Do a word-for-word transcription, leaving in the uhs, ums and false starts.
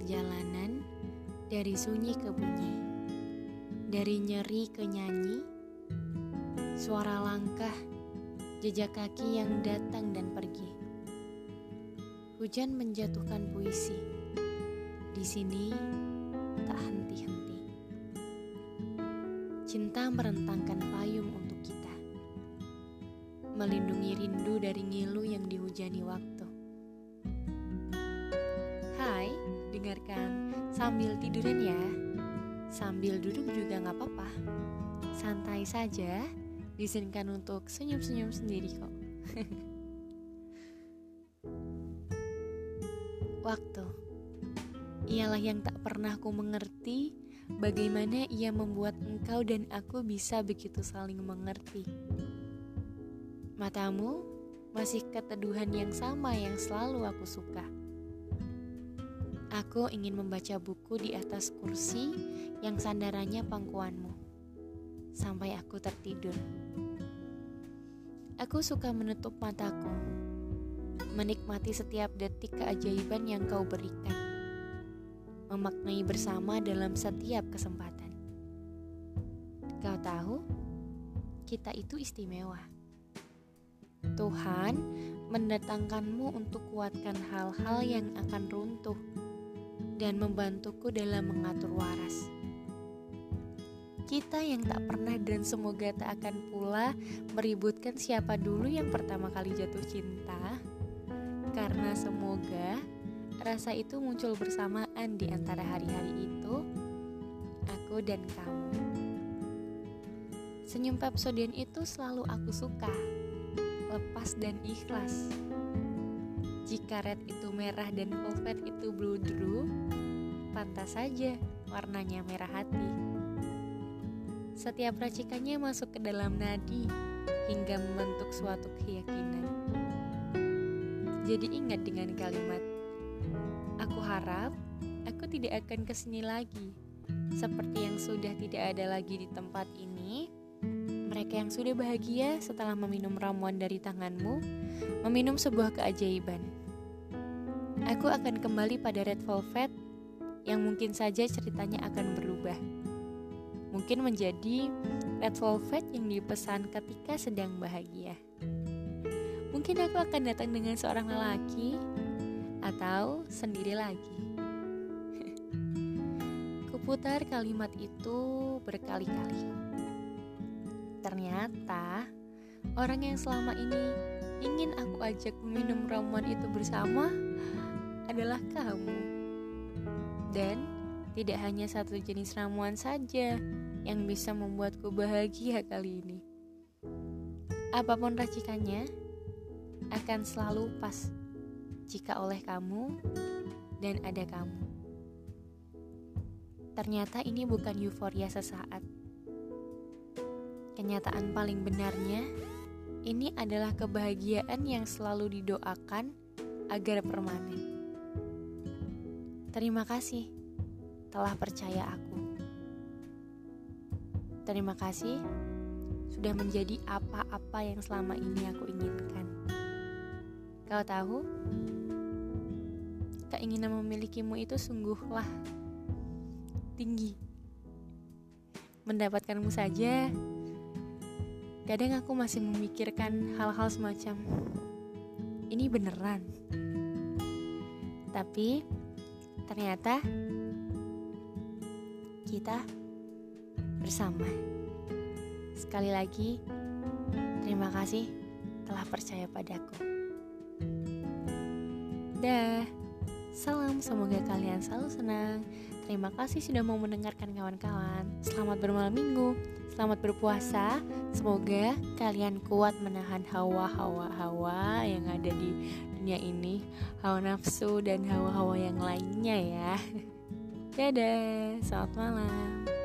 perjalanan, dari sunyi ke bunyi, dari nyeri ke nyanyi, suara langkah, jejak kaki yang datang dan pergi. Hujan menjatuhkan puisi, di sini tak henti-henti. Cinta merentangkan payung untuk kita, melindungi rindu dari ngilu yang dihujani waktu. Hai, dengarkan sambil tiduran ya. Sambil duduk juga gak apa-apa. Santai saja, diizinkan untuk senyum-senyum sendiri kok. Waktu, ialah yang tak pernah ku mengerti bagaimana ia membuat engkau dan aku bisa begitu saling mengerti. Matamu masih keteduhan yang sama yang selalu aku suka. Aku ingin membaca buku di atas kursi yang sandarannya pangkuanmu, sampai aku tertidur. Aku suka menutup mataku, menikmati setiap detik keajaiban yang kau berikan, memaknai bersama dalam setiap kesempatan. Kau tahu, kita itu istimewa. Tuhan mendatangkanmu untuk kuatkan hal-hal yang akan runtuh dan membantuku dalam mengatur waras. Kita yang tak pernah dan semoga tak akan pula meributkan siapa dulu yang pertama kali jatuh cinta, karena semoga rasa itu muncul bersamaan di antara hari-hari itu, aku dan kamu. Senyum Pepsodent itu selalu aku suka, lepas dan ikhlas. Jika red itu merah dan velvet itu blue-drew, pantas saja warnanya merah hati. Setiap racikannya masuk ke dalam nadi hingga membentuk suatu keyakinan. Jadi ingat dengan kalimat, aku harap aku tidak akan kesini lagi. Seperti yang sudah tidak ada lagi di tempat ini, mereka yang sudah bahagia setelah meminum ramuan dari tanganmu, meminum sebuah keajaiban. Aku akan kembali pada red velvet yang mungkin saja ceritanya akan berubah. Mungkin menjadi red velvet yang dipesan ketika sedang bahagia. Mungkin aku akan datang dengan seorang lelaki atau sendiri lagi. Kuputar kalimat itu berkali-kali. Ternyata orang yang selama ini ingin aku ajak meminum ramuan itu bersama adalah kamu. Dan tidak hanya satu jenis ramuan saja yang bisa membuatku bahagia kali ini. Apapun racikannya akan selalu pas jika oleh kamu dan ada kamu. Ternyata ini bukan euforia sesaat. Kenyataan paling benarnya, ini adalah kebahagiaan yang selalu didoakan agar permanen. Terima kasih telah percaya aku. Terima kasih sudah menjadi apa-apa yang selama ini aku inginkan. Kau tahu, keinginan memilikimu itu sungguhlah tinggi. Mendapatkanmu saja, kadang aku masih memikirkan hal-hal semacam ini beneran. Tapi ternyata kita bersama. Sekali lagi, terima kasih telah percaya padaku. Dah, salam, semoga kalian selalu senang. Terima kasih sudah mau mendengarkan kawan-kawan. Selamat bermalam minggu, selamat berpuasa. Semoga kalian kuat menahan hawa-hawa-hawa yang ada di dunia ini, hawa nafsu dan hawa-hawa yang lainnya ya. Dadah, selamat malam.